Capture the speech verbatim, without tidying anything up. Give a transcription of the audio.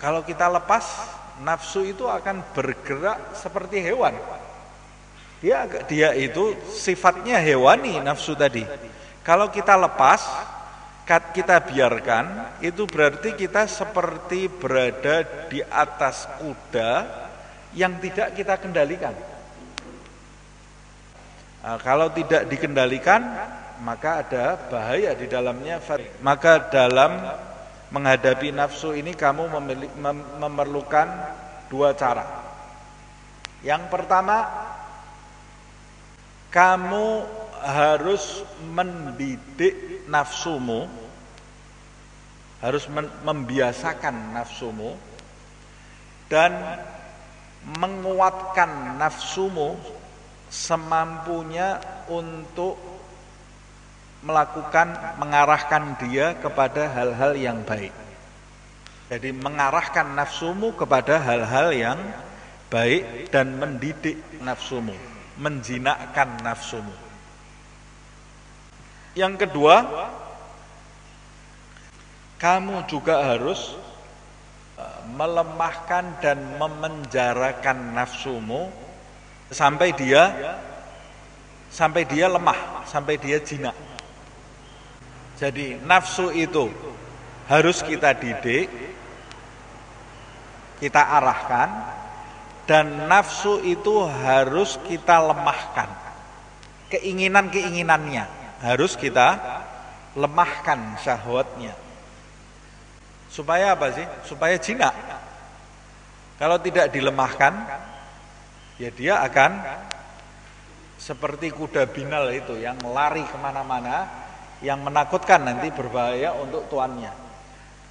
Kalau kita lepas, nafsu itu akan bergerak seperti hewan. Dia dia itu sifatnya hewani nafsu tadi. Kalau kita lepas, kita biarkan, itu berarti kita seperti berada di atas kuda yang tidak kita kendalikan. Nah, kalau tidak dikendalikan, maka ada bahaya di dalamnya. Maka dalam menghadapi nafsu ini kamu memiliki, mem, memerlukan dua cara. Yang pertama, kamu harus mendidik nafsumu, harus men, membiasakan nafsumu dan menguatkan nafsumu semampunya untuk melakukan, mengarahkan dia kepada hal-hal yang baik. Jadi mengarahkan nafsumu kepada hal-hal yang baik dan mendidik nafsumu, menjinakkan nafsumu. Yang kedua, kamu juga harus melemahkan dan memenjarakan nafsumu sampai dia sampai dia lemah, sampai dia jinak. Jadi nafsu itu harus kita didik, kita arahkan, dan nafsu itu harus kita lemahkan. Keinginan-keinginannya harus kita lemahkan, syahwatnya. Supaya apa sih? Supaya jinak. Kalau tidak dilemahkan, ya dia akan seperti kuda binal itu yang lari kemana-mana, yang menakutkan, nanti berbahaya untuk tuannya.